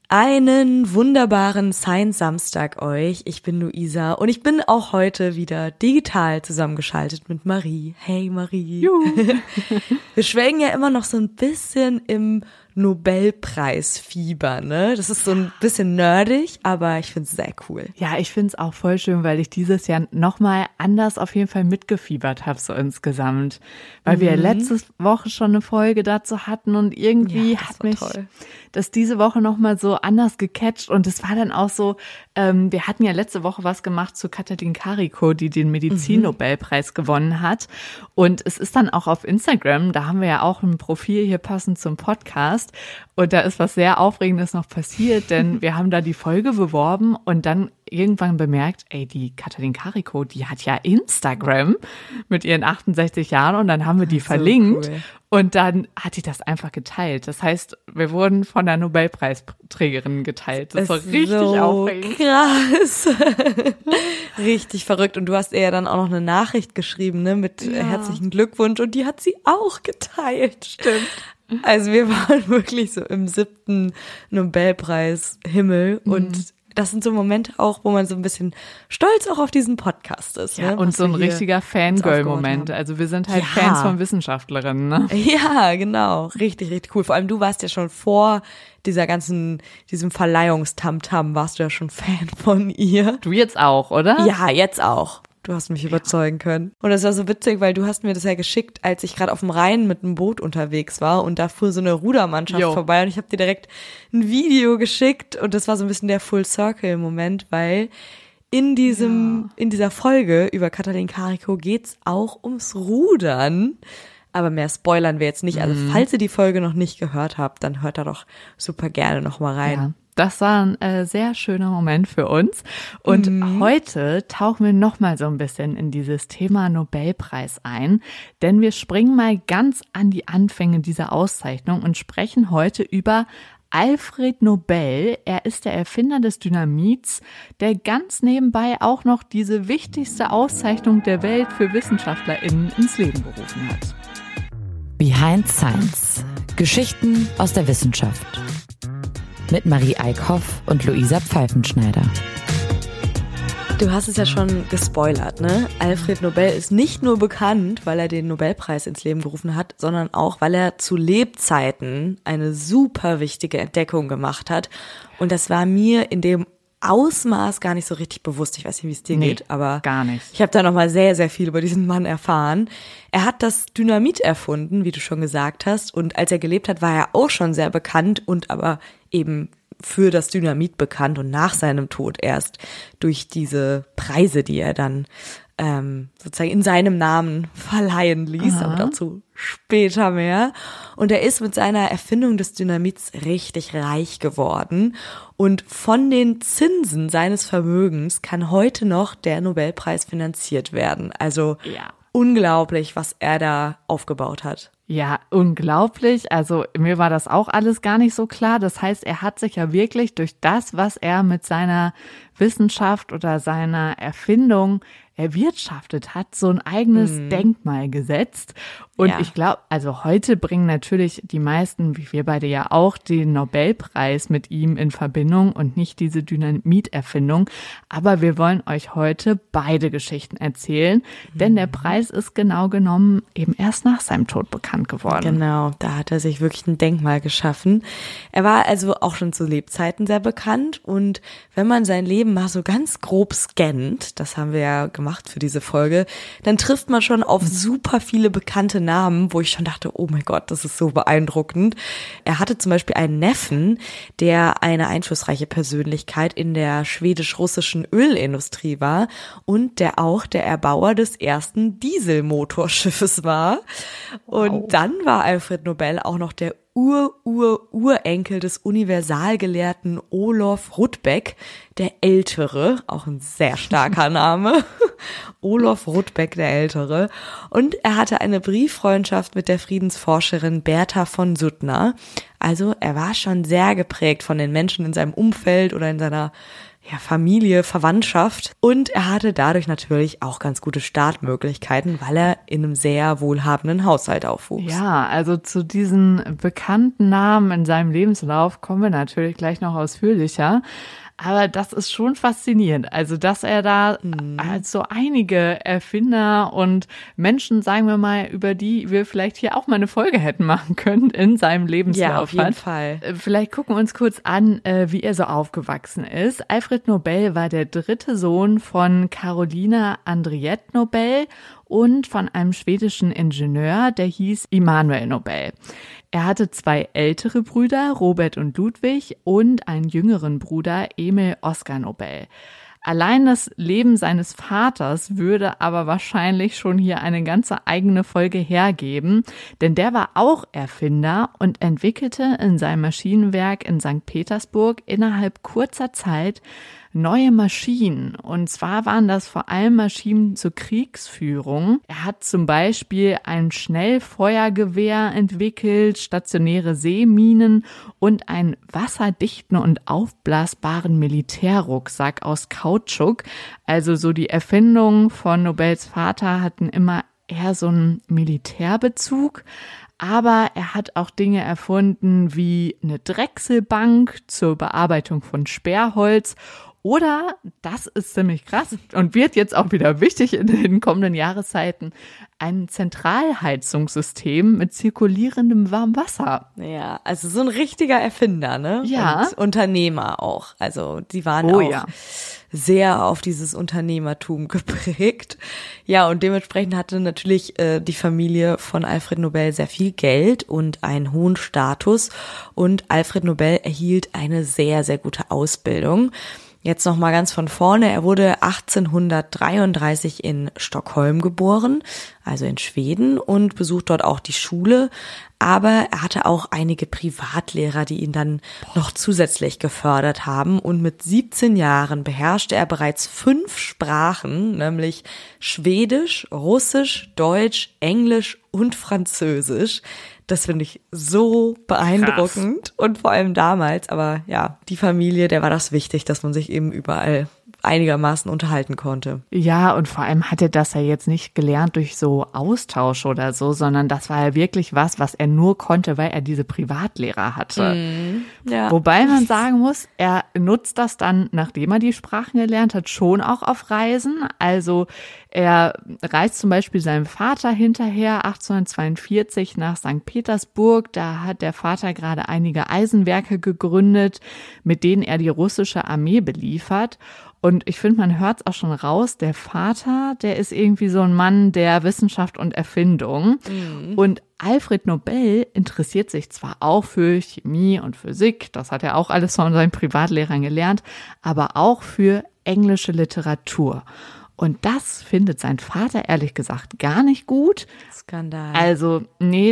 Einen wunderbaren Science-Samstag euch. Ich bin Luisa und ich bin auch heute wieder digital zusammengeschaltet mit Marie. Hey Marie. Juhu. Wir schwelgen ja immer noch so ein bisschen im Nobelpreisfieber, ne? Das ist so ein bisschen nerdig, aber ich find's sehr cool. Ja, ich find's auch voll schön, weil ich dieses Jahr nochmal anders auf jeden Fall mitgefiebert habe, so insgesamt. Weil wir letzte Woche schon eine Folge dazu hatten und irgendwie hat mich das diese Woche nochmal so anders gecatcht und es war dann auch so, wir hatten ja letzte Woche was gemacht zu Katalin Karikó, die den Medizin-Nobelpreis gewonnen hat und es ist dann auch auf Instagram, da haben wir ja auch ein Profil hier passend zum Podcast und da ist was sehr Aufregendes noch passiert, denn wir haben da die Folge beworben und dann irgendwann bemerkt, die Katalin Karikó, die hat ja Instagram mit ihren 68 Jahren und dann haben wir die verlinkt und dann hat die das einfach geteilt. Das heißt, wir wurden von der Nobelpreisträgerin geteilt. Das war richtig aufregend. Krass. Richtig verrückt. Und du hast ihr ja dann auch noch eine Nachricht geschrieben, ne, mit herzlichen Glückwunsch und die hat sie auch geteilt. Stimmt. Also wir waren wirklich so im 7. Nobelpreis-Himmel und das sind so Momente auch, wo man so ein bisschen stolz auch auf diesen Podcast ist. Ja, ne? Und so ein richtiger Fangirl-Moment. Also wir sind halt Fans von Wissenschaftlerinnen, ne? Ja, genau. Richtig, richtig cool. Vor allem du warst ja schon vor diesem Verleihungstamtam, warst du ja schon Fan von ihr. Du jetzt auch, oder? Ja, jetzt auch. Du hast mich überzeugen können. Und das war so witzig, weil du hast mir das ja geschickt, als ich gerade auf dem Rhein mit einem Boot unterwegs war und da fuhr so eine Rudermannschaft vorbei und ich habe dir direkt ein Video geschickt und das war so ein bisschen der Full-Circle-Moment, weil in dieser Folge über Katalin Karikó geht's auch ums Rudern. Aber mehr spoilern wir jetzt nicht. Also falls ihr die Folge noch nicht gehört habt, dann hört da doch super gerne noch mal rein. Ja. Das war ein sehr schöner Moment für uns. Und heute tauchen wir nochmal so ein bisschen in dieses Thema Nobelpreis ein. Denn wir springen mal ganz an die Anfänge dieser Auszeichnung und sprechen heute über Alfred Nobel. Er ist der Erfinder des Dynamits, der ganz nebenbei auch noch diese wichtigste Auszeichnung der Welt für WissenschaftlerInnen ins Leben gerufen hat. Behind Science. Geschichten aus der Wissenschaft. Mit Marie Eickhoff und Luisa Pfeifenschneider. Du hast es ja schon gespoilert, ne? Alfred Nobel ist nicht nur bekannt, weil er den Nobelpreis ins Leben gerufen hat, sondern auch, weil er zu Lebzeiten eine super wichtige Entdeckung gemacht hat. Und das war mir in dem Ausmaß gar nicht so richtig bewusst. Ich weiß nicht, wie es dir geht, aber gar nicht. Ich habe da nochmal sehr, sehr viel über diesen Mann erfahren. Er hat das Dynamit erfunden, wie du schon gesagt hast. Und als er gelebt hat, war er auch schon sehr bekannt und aber eben für das Dynamit bekannt und nach seinem Tod erst durch diese Preise, die er dann sozusagen in seinem Namen verleihen ließ, aber dazu später mehr. Und er ist mit seiner Erfindung des Dynamits richtig reich geworden und von den Zinsen seines Vermögens kann heute noch der Nobelpreis finanziert werden. Also unglaublich, was er da aufgebaut hat. Ja, unglaublich. Also mir war das auch alles gar nicht so klar. Das heißt, er hat sich ja wirklich durch das, was er mit seiner Wissenschaft oder seiner Erfindung erwirtschaftet hat, so ein eigenes Denkmal gesetzt. Und ich glaube, also heute bringen natürlich die meisten, wie wir beide ja auch, den Nobelpreis mit ihm in Verbindung und nicht diese Dynamiterfindung. Aber wir wollen euch heute beide Geschichten erzählen, denn der Preis ist genau genommen eben erst nach seinem Tod bekannt geworden. Genau, da hat er sich wirklich ein Denkmal geschaffen. Er war also auch schon zu Lebzeiten sehr bekannt und wenn man sein Leben mal so ganz grob scannt, das haben wir ja gemacht für diese Folge, dann trifft man schon auf super viele bekannte Namen, wo ich schon dachte, oh mein Gott, das ist so beeindruckend. Er hatte zum Beispiel einen Neffen, der eine einflussreiche Persönlichkeit in der schwedisch-russischen Ölindustrie war und der auch der Erbauer des ersten Dieselmotorschiffes war. Und dann war Alfred Nobel auch noch der Urenkel des Universalgelehrten Olof Rudbeck, der Ältere, auch ein sehr starker Name, Olof Rudbeck der Ältere. Und er hatte eine Brieffreundschaft mit der Friedensforscherin Bertha von Suttner. Also er war schon sehr geprägt von den Menschen in seinem Umfeld oder in seiner Familie, Verwandtschaft. Und er hatte dadurch natürlich auch ganz gute Startmöglichkeiten, weil er in einem sehr wohlhabenden Haushalt aufwuchs. Ja, also zu diesen bekannten Namen in seinem Lebenslauf kommen wir natürlich gleich noch ausführlicher. Aber das ist schon faszinierend. Also, dass er da als so einige Erfinder und Menschen, sagen wir mal, über die wir vielleicht hier auch mal eine Folge hätten machen können, in seinem Lebenslauf. Ja, auf jeden Fall. Vielleicht gucken wir uns kurz an, wie er so aufgewachsen ist. Alfred Nobel war der 3. Sohn von Carolina Andriette Nobel und von einem schwedischen Ingenieur, der hieß Immanuel Nobel. Er hatte 2 ältere Brüder, Robert und Ludwig, und einen jüngeren Bruder, Emil Oskar Nobel. Allein das Leben seines Vaters würde aber wahrscheinlich schon hier eine ganze eigene Folge hergeben, denn der war auch Erfinder und entwickelte in seinem Maschinenwerk in St. Petersburg innerhalb kurzer Zeit neue Maschinen. Und zwar waren das vor allem Maschinen zur Kriegsführung. Er hat zum Beispiel ein Schnellfeuergewehr entwickelt, stationäre Seeminen und einen wasserdichten und aufblasbaren Militärrucksack aus Kautschuk. Also so die Erfindungen von Nobels Vater hatten immer eher so einen Militärbezug. Aber er hat auch Dinge erfunden wie eine Drechselbank zur Bearbeitung von Sperrholz. Oder, das ist ziemlich krass und wird jetzt auch wieder wichtig in den kommenden Jahreszeiten, ein Zentralheizungssystem mit zirkulierendem Warmwasser. Ja, also so ein richtiger Erfinder, ne? Ja. Und Unternehmer auch. Also die waren sehr auf dieses Unternehmertum geprägt. Ja, und dementsprechend hatte natürlich die Familie von Alfred Nobel sehr viel Geld und einen hohen Status. Und Alfred Nobel erhielt eine sehr, sehr gute Ausbildung. Jetzt noch mal ganz von vorne. Er wurde 1833 in Stockholm geboren, also in Schweden, und besucht dort auch die Schule. Aber er hatte auch einige Privatlehrer, die ihn dann noch zusätzlich gefördert haben. Und mit 17 Jahren beherrschte er bereits 5 Sprachen, nämlich Schwedisch, Russisch, Deutsch, Englisch und Französisch. Das finde ich so beeindruckend. Krass. Und vor allem damals, aber ja, die Familie, der war das wichtig, dass man sich eben überall einigermaßen unterhalten konnte. Ja, und vor allem hat er das ja jetzt nicht gelernt durch so Austausch oder so, sondern das war ja wirklich was er nur konnte, weil er diese Privatlehrer hatte. Ja. Wobei man sagen muss, er nutzt das dann, nachdem er die Sprachen gelernt hat, schon auch auf Reisen. Also er reist zum Beispiel seinem Vater hinterher 1842 nach St. Petersburg. Da hat der Vater gerade einige Eisenwerke gegründet, mit denen er die russische Armee beliefert. Und ich finde, man hört es auch schon raus, der Vater, der ist irgendwie so ein Mann der Wissenschaft und Erfindung. Und Alfred Nobel interessiert sich zwar auch für Chemie und Physik, das hat er auch alles von seinen Privatlehrern gelernt, aber auch für englische Literatur. Und das findet sein Vater ehrlich gesagt gar nicht gut. Skandal. Also, nee,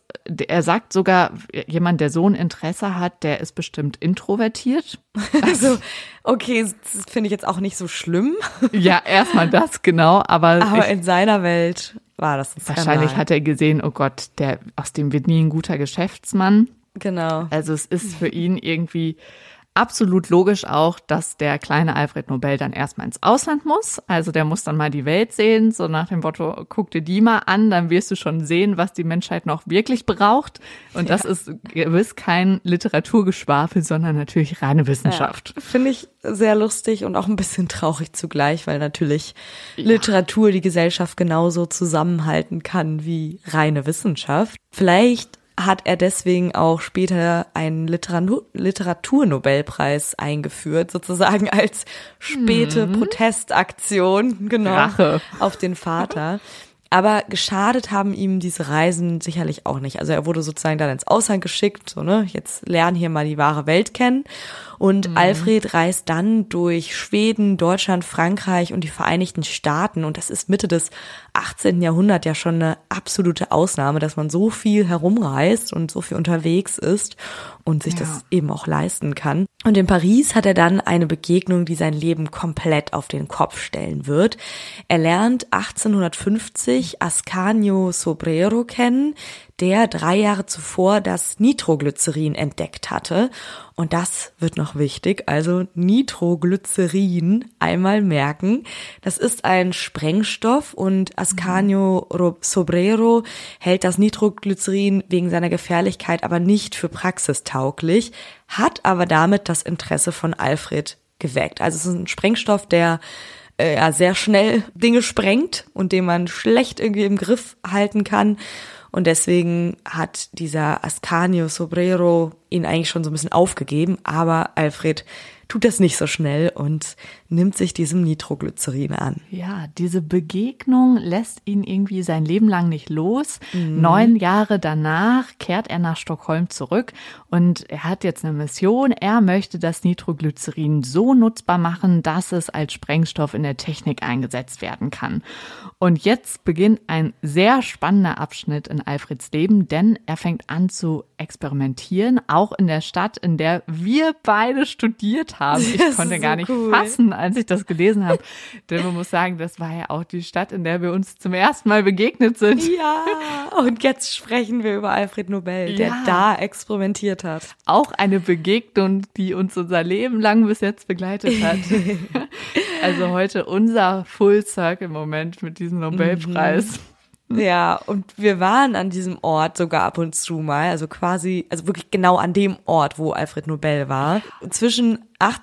er sagt sogar, jemand, der so ein Interesse hat, der ist bestimmt introvertiert. Also, okay, das finde ich jetzt auch nicht so schlimm. Ja, erstmal das, genau. Aber in seiner Welt war das ein Skandal. Wahrscheinlich hat er gesehen, oh Gott, aus dem wird nie ein guter Geschäftsmann. Genau. Also es ist für ihn irgendwie absolut logisch auch, dass der kleine Alfred Nobel dann erstmal ins Ausland muss. Also der muss dann mal die Welt sehen, so nach dem Motto, guck dir die mal an, dann wirst du schon sehen, was die Menschheit noch wirklich braucht. Und das ist gewiss kein Literaturgeschwafel, sondern natürlich reine Wissenschaft. Ja, finde ich sehr lustig und auch ein bisschen traurig zugleich, weil natürlich Literatur die Gesellschaft genauso zusammenhalten kann wie reine Wissenschaft. Vielleicht hat er deswegen auch später einen Literaturnobelpreis eingeführt, sozusagen als späte Protestaktion, genau, Rache auf den Vater. Aber geschadet haben ihm diese Reisen sicherlich auch nicht. Also er wurde sozusagen dann ins Ausland geschickt, so, ne, jetzt lernen hier mal die wahre Welt kennen. Und Alfred reist dann durch Schweden, Deutschland, Frankreich und die Vereinigten Staaten. Und das ist Mitte des 18. Jahrhunderts ja schon eine absolute Ausnahme, dass man so viel herumreist und so viel unterwegs ist und sich das eben auch leisten kann. Und in Paris hat er dann eine Begegnung, die sein Leben komplett auf den Kopf stellen wird. Er lernt 1850 nämlich Ascanio Sobrero kennen, der 3 Jahre zuvor das Nitroglycerin entdeckt hatte. Und das wird noch wichtig, also Nitroglycerin einmal merken. Das ist ein Sprengstoff und Ascanio Sobrero hält das Nitroglycerin wegen seiner Gefährlichkeit aber nicht für praxistauglich, hat aber damit das Interesse von Alfred geweckt. Also es ist ein Sprengstoff, der sehr schnell Dinge sprengt und den man schlecht irgendwie im Griff halten kann. Und deswegen hat dieser Ascanio Sobrero ihn eigentlich schon so ein bisschen aufgegeben, aber Alfred tut das nicht so schnell und nimmt sich diesem Nitroglycerin an. Ja, diese Begegnung lässt ihn irgendwie sein Leben lang nicht los. 9 Jahre danach kehrt er nach Stockholm zurück und er hat jetzt eine Mission. Er möchte das Nitroglycerin so nutzbar machen, dass es als Sprengstoff in der Technik eingesetzt werden kann. Und jetzt beginnt ein sehr spannender Abschnitt in Alfreds Leben, denn er fängt an zu experimentieren, auch in der Stadt, in der wir beide studiert haben. Ich konnte gar nicht fassen, als ich das gelesen habe. Denn man muss sagen, das war ja auch die Stadt, in der wir uns zum ersten Mal begegnet sind. Ja, und jetzt sprechen wir über Alfred Nobel, der da experimentiert hat. Auch eine Begegnung, die uns unser Leben lang bis jetzt begleitet hat. Also heute unser Full-Circle-Moment mit diesem Nobelpreis. Ja, und wir waren an diesem Ort sogar ab und zu mal, also wirklich genau an dem Ort, wo Alfred Nobel war. Zwischen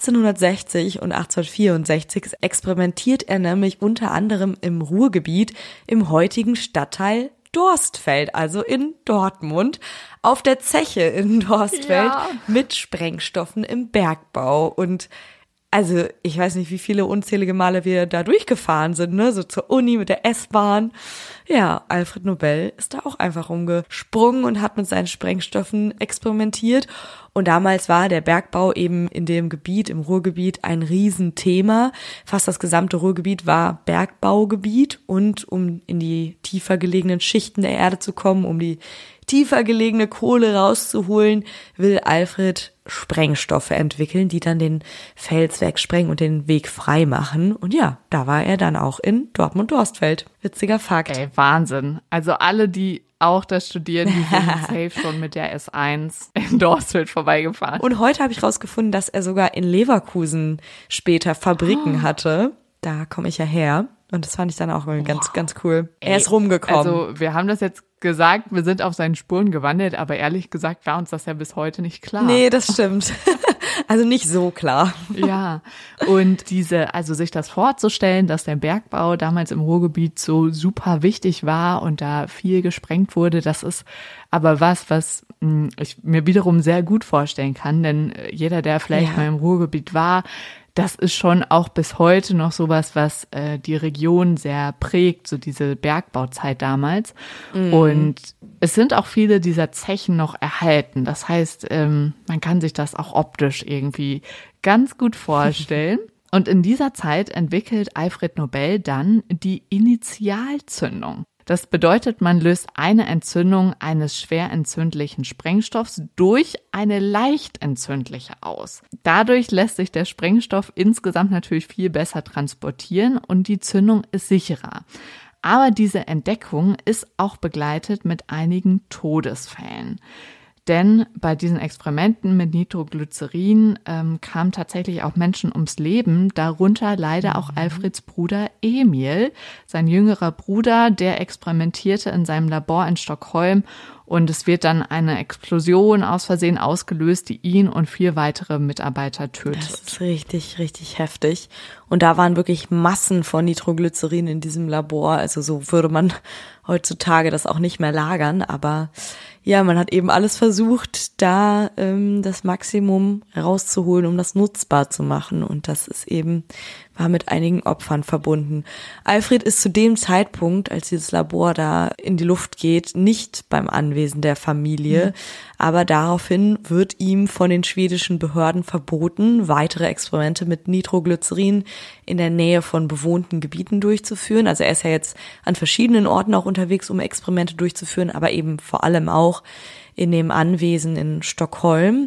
1860 und 1864 experimentiert er nämlich unter anderem im Ruhrgebiet im heutigen Stadtteil Dorstfeld, also in Dortmund, auf der Zeche in Dorstfeld mit Sprengstoffen im Bergbau. Und also ich weiß nicht, wie viele unzählige Male wir da durchgefahren sind, ne, so zur Uni mit der S-Bahn. Ja, Alfred Nobel ist da auch einfach rumgesprungen und hat mit seinen Sprengstoffen experimentiert. Und damals war der Bergbau eben in dem Gebiet, im Ruhrgebiet, ein Riesenthema. Fast das gesamte Ruhrgebiet war Bergbaugebiet. Und um in die tiefer gelegenen Schichten der Erde zu kommen, um die tiefer gelegene Kohle rauszuholen, will Alfred Sprengstoffe entwickeln, die dann den Felsweg sprengen und den Weg frei machen. Und ja, da war er dann auch in Dortmund-Dorstfeld. Witziger Fakt. Ey, Wahnsinn. Also alle, die auch das studieren, die sind safe schon mit der S1 in Dorstfeld vorbeigefahren. Und heute habe ich rausgefunden, dass er sogar in Leverkusen später Fabriken hatte. Da komme ich ja her. Und das fand ich dann auch ganz, ganz cool. Er ist rumgekommen. Also wir haben das jetzt gesagt, wir sind auf seinen Spuren gewandelt, aber ehrlich gesagt war uns das ja bis heute nicht klar. Nee, das stimmt. Also nicht so klar. Ja, und sich das vorzustellen, dass der Bergbau damals im Ruhrgebiet so super wichtig war und da viel gesprengt wurde, das ist aber was ich mir wiederum sehr gut vorstellen kann, denn jeder, der vielleicht mal im Ruhrgebiet war, das ist schon auch bis heute noch sowas, was die Region sehr prägt, so diese Bergbauzeit damals. Und es sind auch viele dieser Zechen noch erhalten. Das heißt, man kann sich das auch optisch irgendwie ganz gut vorstellen. Und in dieser Zeit entwickelt Alfred Nobel dann die Initialzündung. Das bedeutet, man löst eine Entzündung eines schwer entzündlichen Sprengstoffs durch eine leicht entzündliche aus. Dadurch lässt sich der Sprengstoff insgesamt natürlich viel besser transportieren und die Zündung ist sicherer. Aber diese Entdeckung ist auch begleitet mit einigen Todesfällen. Denn bei diesen Experimenten mit Nitroglycerin kamen tatsächlich auch Menschen ums Leben, darunter leider auch Alfreds Bruder Emil, sein jüngerer Bruder, der experimentierte in seinem Labor in Stockholm und es wird dann eine Explosion aus Versehen ausgelöst, die ihn und 4 weitere Mitarbeiter tötet. Das ist richtig, richtig heftig. Und da waren wirklich Massen von Nitroglycerin in diesem Labor. Also so würde man heutzutage das auch nicht mehr lagern. Aber ja, man hat eben alles versucht, da das Maximum rauszuholen, um das nutzbar zu machen. Und das ist war mit einigen Opfern verbunden. Alfred ist zu dem Zeitpunkt, als dieses Labor da in die Luft geht, nicht beim Anwesen der Familie. Aber daraufhin wird ihm von den schwedischen Behörden verboten, weitere Experimente mit Nitroglycerin in der Nähe von bewohnten Gebieten durchzuführen. Also er ist ja jetzt an verschiedenen Orten auch unterwegs, um Experimente durchzuführen, aber eben vor allem auch in dem Anwesen in Stockholm.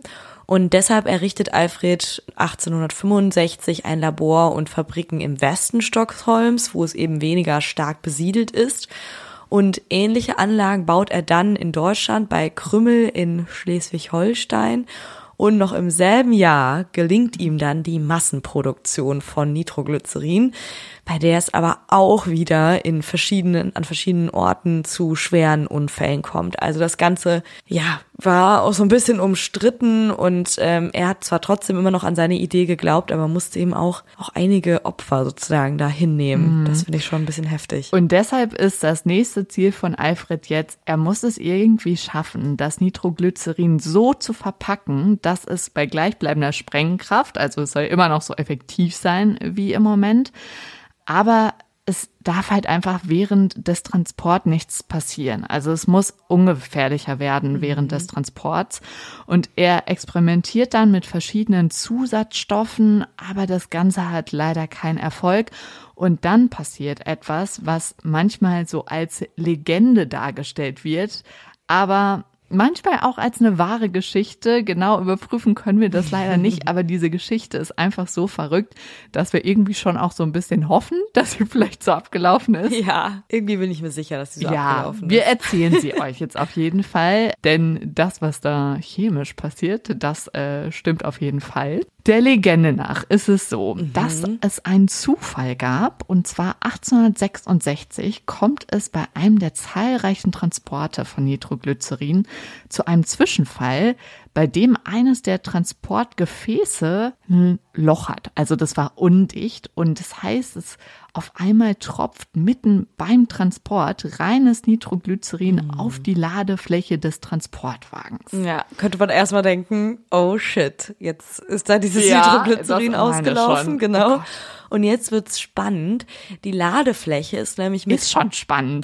Und deshalb errichtet Alfred 1865 ein Labor und Fabriken im Westen Stockholms, wo es eben weniger stark besiedelt ist. Und ähnliche Anlagen baut er dann in Deutschland bei Krümmel in Schleswig-Holstein. Und noch im selben Jahr gelingt ihm dann die Massenproduktion von Nitroglycerin, bei der es aber auch wieder an verschiedenen Orten zu schweren Unfällen kommt. Also das Ganze, war auch so ein bisschen umstritten und er hat zwar trotzdem immer noch an seine Idee geglaubt, aber musste eben auch einige Opfer sozusagen da hinnehmen. Das finde ich schon ein bisschen heftig. Und deshalb ist das nächste Ziel von Alfred jetzt, er muss es irgendwie schaffen, das Nitroglycerin so zu verpacken, dass es bei gleichbleibender Sprengkraft, also es soll immer noch so effektiv sein wie im Moment, aber es darf halt einfach während des Transports nichts passieren. Also es muss ungefährlicher werden während des Transports. Und er experimentiert dann mit verschiedenen Zusatzstoffen, aber das Ganze hat leider keinen Erfolg. Und dann passiert etwas, was manchmal so als Legende dargestellt wird, aber manchmal auch als eine wahre Geschichte. Genau überprüfen können wir das leider nicht, aber diese Geschichte ist einfach so verrückt, dass wir irgendwie schon auch so ein bisschen hoffen, dass sie vielleicht so abgelaufen ist. Ja, irgendwie bin ich mir sicher, dass sie so abgelaufen ist. Wir erzählen sie euch jetzt auf jeden Fall, denn das, was da chemisch passiert, das stimmt auf jeden Fall. Der Legende nach ist es so, dass es einen Zufall gab, und zwar 1866 kommt es bei einem der zahlreichen Transporte von Nitroglycerin zu einem Zwischenfall, bei dem eines der Transportgefäße ein Loch hat. Also das war undicht und das heißt, es auf einmal tropft mitten beim Transport reines Nitroglycerin auf die Ladefläche des Transportwagens. Ja, könnte man erstmal denken, oh shit, jetzt ist da dieses Nitroglycerin ausgelaufen, genau. Oh, und jetzt wird's spannend. Die Ladefläche ist nämlich ist schon spannend.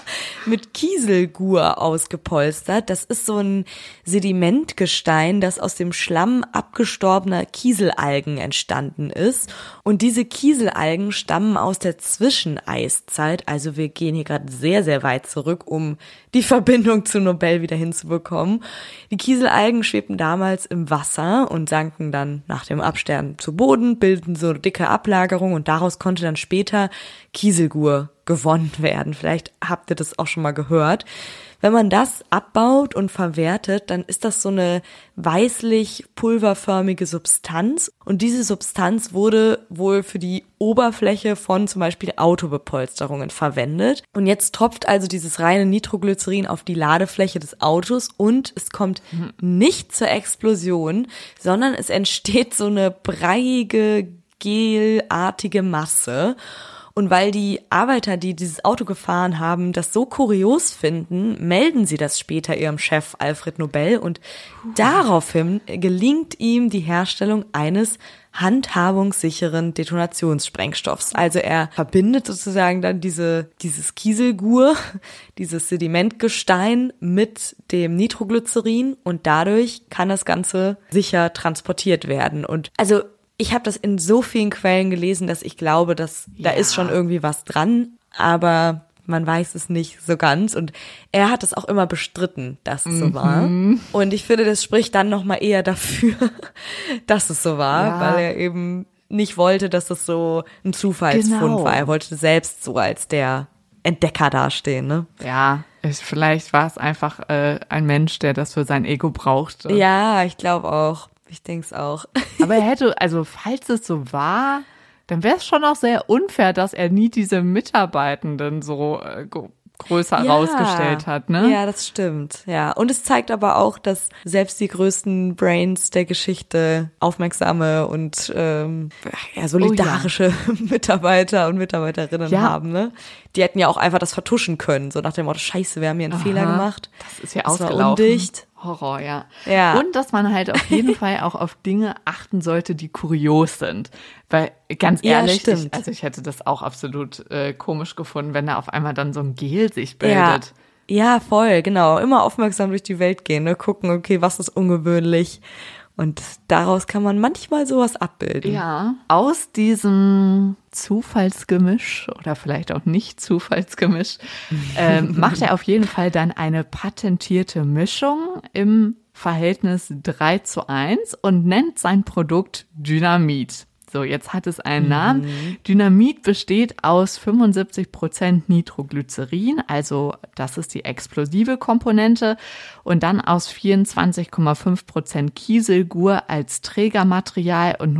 Mit Kieselgur ausgepolstert. Das ist so ein Sedimentgestein, das aus dem Schlamm abgestorbener Kieselalgen entstanden ist. Und diese Kieselalgen stammen aus der Zwischeneiszeit. Also wir gehen hier gerade sehr, sehr weit zurück, um die Verbindung zu Nobel wieder hinzubekommen. Die Kieselalgen schwebten damals im Wasser und sanken dann nach dem Absterben zu Boden, bildeten so dicke Ablagerungen und daraus konnte dann später Kieselgur gewonnen werden. Vielleicht habt ihr das auch schon mal gehört. Wenn man das abbaut und verwertet, dann ist das so eine weißlich pulverförmige Substanz. Und diese Substanz wurde wohl für die Oberfläche von zum Beispiel Autobepolsterungen verwendet. Und jetzt tropft also dieses reine Nitroglycerin auf die Ladefläche des Autos und es kommt nicht zur Explosion, sondern es entsteht so eine breiige, gelartige Masse. Und weil die Arbeiter, die dieses Auto gefahren haben, das so kurios finden, melden sie das später ihrem Chef Alfred Nobel und daraufhin gelingt ihm die Herstellung eines handhabungssicheren Detonationssprengstoffs. Also er verbindet sozusagen dann dieses Kieselgur, dieses Sedimentgestein mit dem Nitroglycerin und dadurch kann das Ganze sicher transportiert werden. Und also ich habe das in so vielen Quellen gelesen, dass ich glaube, dass da ist schon irgendwie was dran, aber man weiß es nicht so ganz. Und er hat es auch immer bestritten, dass es so war. Und ich finde, das spricht dann nochmal eher dafür, dass es so war, weil er eben nicht wollte, dass es so ein Zufallsfund war. Er wollte selbst so als der Entdecker dastehen, ne? Ja, vielleicht war es einfach ein Mensch, der das für sein Ego brauchte. Ja, ich glaube auch. Ich denke es auch. Aber er hätte, also falls es so war, dann wäre es schon auch sehr unfair, dass er nie diese Mitarbeitenden so größer rausgestellt hat, ne? Ja, das stimmt, ja. Und es zeigt aber auch, dass selbst die größten Brains der Geschichte aufmerksame und solidarische Mitarbeiter und Mitarbeiterinnen haben, ne? Die hätten ja auch einfach das vertuschen können, so nach dem Motto, scheiße, wir haben hier einen Fehler gemacht. Das ist ja ausgelaufen. Undicht. Horror, ja. Und dass man halt auf jeden Fall auch auf Dinge achten sollte, die kurios sind. Weil, ganz ehrlich, ich hätte das auch absolut komisch gefunden, wenn da auf einmal dann so ein Gel sich bildet. Ja, voll, genau. Immer aufmerksam durch die Welt gehen, ne? Gucken, okay, was ist ungewöhnlich? Und daraus kann man manchmal sowas abbilden. Ja, aus diesem Zufallsgemisch oder vielleicht auch nicht Zufallsgemisch macht er auf jeden Fall dann eine patentierte Mischung im Verhältnis 3:1 und nennt sein Produkt Dynamit. So, jetzt hat es einen Namen. Dynamit besteht aus 75% Nitroglycerin, also das ist die explosive Komponente, und dann aus 24,5% Kieselgur als Trägermaterial und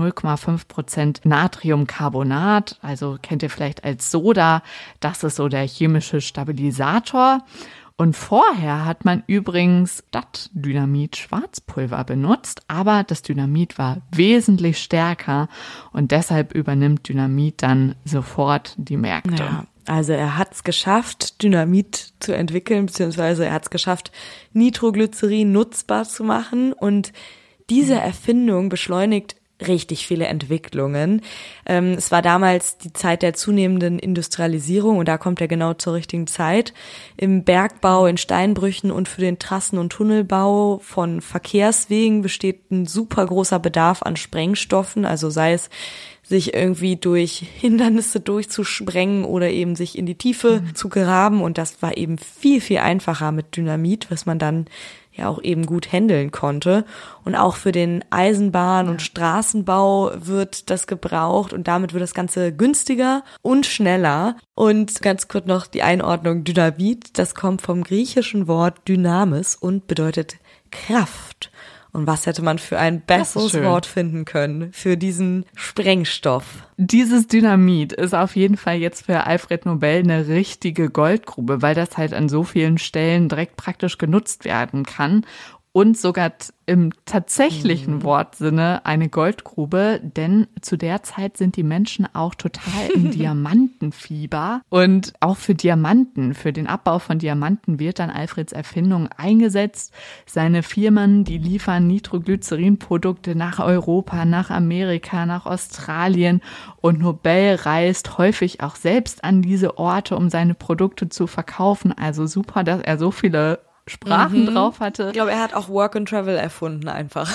0,5% Natriumcarbonat, also kennt ihr vielleicht als Soda, das ist so der chemische Stabilisator. Und vorher hat man übrigens das Dynamit-Schwarzpulver benutzt, aber das Dynamit war wesentlich stärker und deshalb übernimmt Dynamit dann sofort die Märkte. Ja, also er hat es geschafft, Dynamit zu entwickeln, beziehungsweise er hat es geschafft, Nitroglycerin nutzbar zu machen, und diese Erfindung beschleunigt richtig viele Entwicklungen. Es war damals die Zeit der zunehmenden Industrialisierung, und da kommt er genau zur richtigen Zeit. Im Bergbau, in Steinbrüchen und für den Trassen- und Tunnelbau von Verkehrswegen besteht ein super großer Bedarf an Sprengstoffen, also sei es sich irgendwie durch Hindernisse durchzusprengen oder eben sich in die Tiefe zu graben, und das war eben viel, viel einfacher mit Dynamit, was man dann ja auch eben gut handeln konnte. Und auch für den Eisenbahn- und Straßenbau wird das gebraucht, und damit wird das Ganze günstiger und schneller. Und ganz kurz noch die Einordnung: Dynamit, das kommt vom griechischen Wort Dynamis und bedeutet Kraft. Und was hätte man für ein besseres Wort finden können für diesen Sprengstoff? Dieses Dynamit ist auf jeden Fall jetzt für Alfred Nobel eine richtige Goldgrube, weil das halt an so vielen Stellen direkt praktisch genutzt werden kann. Und sogar im tatsächlichen Wortsinne eine Goldgrube, denn zu der Zeit sind die Menschen auch total im Diamantenfieber. Und auch für Diamanten, für den Abbau von Diamanten wird dann Alfreds Erfindung eingesetzt. Seine Firmen, die liefern Nitroglycerin-Produkte nach Europa, nach Amerika, nach Australien. Und Nobel reist häufig auch selbst an diese Orte, um seine Produkte zu verkaufen. Also super, dass er so viele Sprachen drauf hatte. Ich glaube, er hat auch Work and Travel erfunden einfach.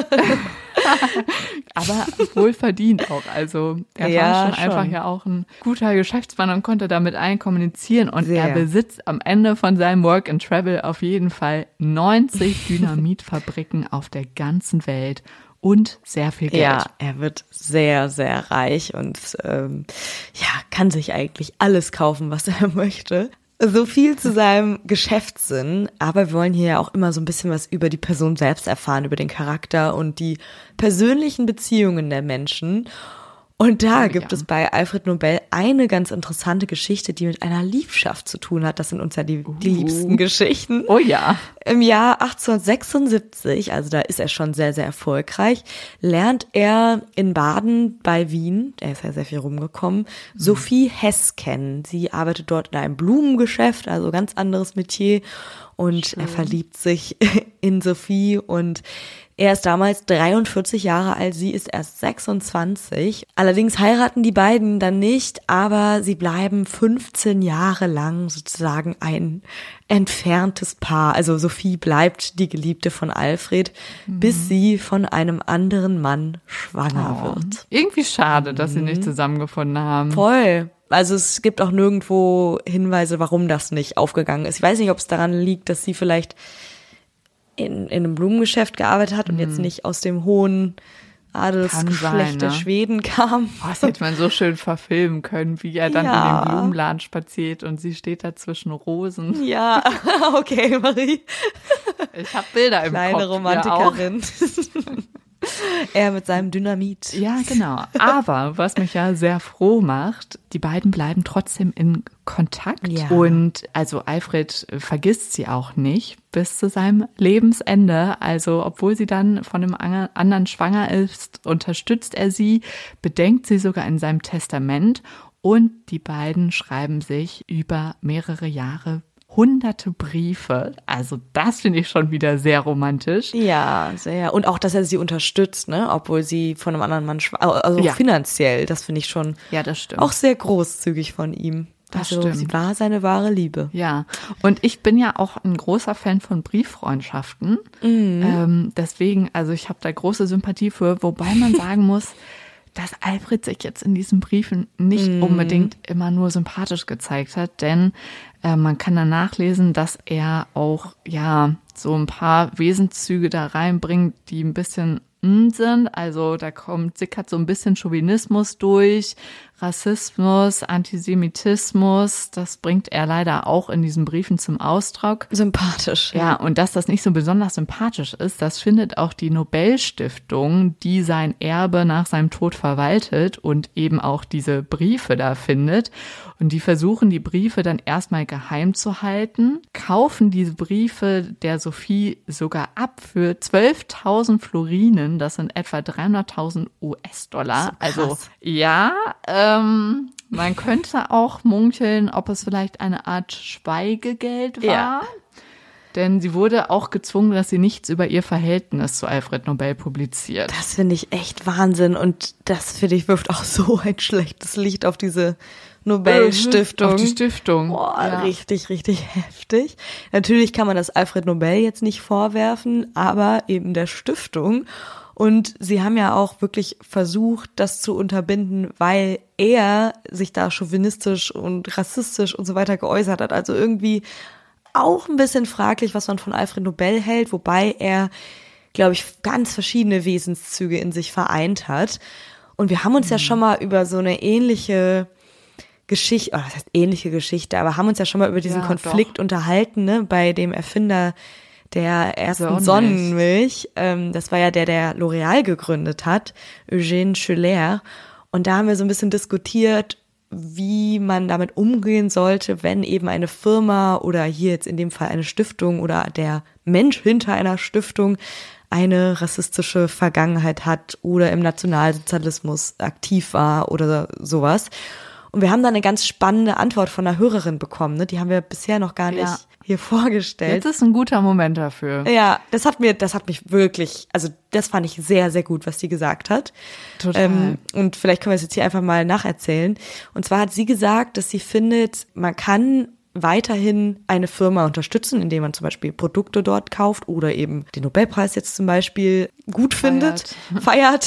Aber wohl verdient auch. Also er war schon einfach ja auch ein guter Geschäftsmann und konnte damit allen kommunizieren. Und er besitzt am Ende von seinem Work and Travel auf jeden Fall 90 Dynamitfabriken auf der ganzen Welt. Und sehr viel Geld. Ja, er wird sehr, sehr reich und kann sich eigentlich alles kaufen, was er möchte. So viel zu seinem Geschäftssinn, aber wir wollen hier ja auch immer so ein bisschen was über die Person selbst erfahren, über den Charakter und die persönlichen Beziehungen der Menschen. Und da gibt es bei Alfred Nobel eine ganz interessante Geschichte, die mit einer Liebschaft zu tun hat. Das sind uns ja die liebsten Geschichten. Oh ja. Im Jahr 1876, also da ist er schon sehr, sehr erfolgreich, lernt er in Baden bei Wien, er ist ja sehr viel rumgekommen, Sophie Hess kennen. Sie arbeitet dort in einem Blumengeschäft, also ganz anderes Metier. Und er verliebt sich in Sophie, und er ist damals 43 Jahre alt, sie ist erst 26. Allerdings heiraten die beiden dann nicht, aber sie bleiben 15 Jahre lang sozusagen ein entferntes Paar. Also Sophie bleibt die Geliebte von Alfred, bis sie von einem anderen Mann schwanger wird. Irgendwie schade, dass sie nicht zusammengefunden haben. Voll. Also es gibt auch nirgendwo Hinweise, warum das nicht aufgegangen ist. Ich weiß nicht, ob es daran liegt, dass sie vielleicht in einem Blumengeschäft gearbeitet hat und jetzt nicht aus dem hohen Adelsgeschlecht der Schweden kam. Oh, das hätte man so schön verfilmen können, wie er dann in den Blumenladen spaziert und sie steht da zwischen Rosen. Ja, okay, Marie. Ich habe Bilder im Kopf. Kleine Romantikerin. Er mit seinem Dynamit. Ja, genau. Aber was mich ja sehr froh macht, die beiden bleiben trotzdem in Kontakt. Ja. Und also Alfred vergisst sie auch nicht bis zu seinem Lebensende. Also obwohl sie dann von einem anderen schwanger ist, unterstützt er sie, bedenkt sie sogar in seinem Testament. Und die beiden schreiben sich über mehrere Jahre hunderte Briefe. Also das finde ich schon wieder sehr romantisch. Ja, sehr. Und auch, dass er sie unterstützt, ne, obwohl sie von einem anderen Mann also finanziell, das finde ich schon das stimmt. Auch sehr großzügig von ihm. Das stimmt. Sie war seine wahre Liebe. Ja, und ich bin ja auch ein großer Fan von Brieffreundschaften. Deswegen, also ich habe da große Sympathie für, wobei man sagen muss, dass Alfred sich jetzt in diesen Briefen nicht unbedingt immer nur sympathisch gezeigt hat, denn man kann dann nachlesen, dass er auch so ein paar Wesenszüge da reinbringt, die ein bisschen sind. Also da sickert so ein bisschen Chauvinismus durch, Rassismus, Antisemitismus. Das bringt er leider auch in diesen Briefen zum Ausdruck. Sympathisch. Ja, und dass das nicht so besonders sympathisch ist, das findet auch die Nobelstiftung, die sein Erbe nach seinem Tod verwaltet und eben auch diese Briefe da findet. Und die versuchen, die Briefe dann erstmal geheim zu halten, kaufen diese Briefe der Sophie sogar ab für 12.000 Florinen. Das sind etwa 300.000 US-Dollar. So also ja, man könnte auch munkeln, ob es vielleicht eine Art Schweigegeld war. Ja. Denn sie wurde auch gezwungen, dass sie nichts über ihr Verhältnis zu Alfred Nobel publiziert. Das finde ich echt Wahnsinn. Und das, finde ich, wirft auch so ein schlechtes Licht auf diese Nobelstiftung. Auf die Stiftung. Boah, ja. Richtig, richtig heftig. Natürlich kann man das Alfred Nobel jetzt nicht vorwerfen, aber eben der Stiftung. Und sie haben ja auch wirklich versucht, das zu unterbinden, weil er sich da chauvinistisch und rassistisch und so weiter geäußert hat. Also irgendwie auch ein bisschen fraglich, was man von Alfred Nobel hält, wobei er, glaube ich, ganz verschiedene Wesenszüge in sich vereint hat. Und wir haben uns ja schon mal über so eine ähnliche Geschichte, oder das heißt ähnliche Geschichte, aber haben uns ja schon mal über diesen Konflikt unterhalten, ne, bei dem Erfinder der ersten Sonnenmilch. Das war ja der L'Oréal gegründet hat, Eugène Schueller. Und da haben wir so ein bisschen diskutiert, wie man damit umgehen sollte, wenn eben eine Firma oder hier jetzt in dem Fall eine Stiftung oder der Mensch hinter einer Stiftung eine rassistische Vergangenheit hat oder im Nationalsozialismus aktiv war oder sowas. Und wir haben da eine ganz spannende Antwort von einer Hörerin bekommen, ne? Die haben wir bisher noch gar nicht hier vorgestellt. Jetzt ist ein guter Moment dafür. Ja, das hat mich wirklich, also das fand ich sehr, sehr gut, was sie gesagt hat. Total. Und vielleicht können wir es jetzt hier einfach mal nacherzählen. Und zwar hat sie gesagt, dass sie findet, man kann weiterhin eine Firma unterstützen, indem man zum Beispiel Produkte dort kauft oder eben den Nobelpreis jetzt zum Beispiel gut findet, feiert,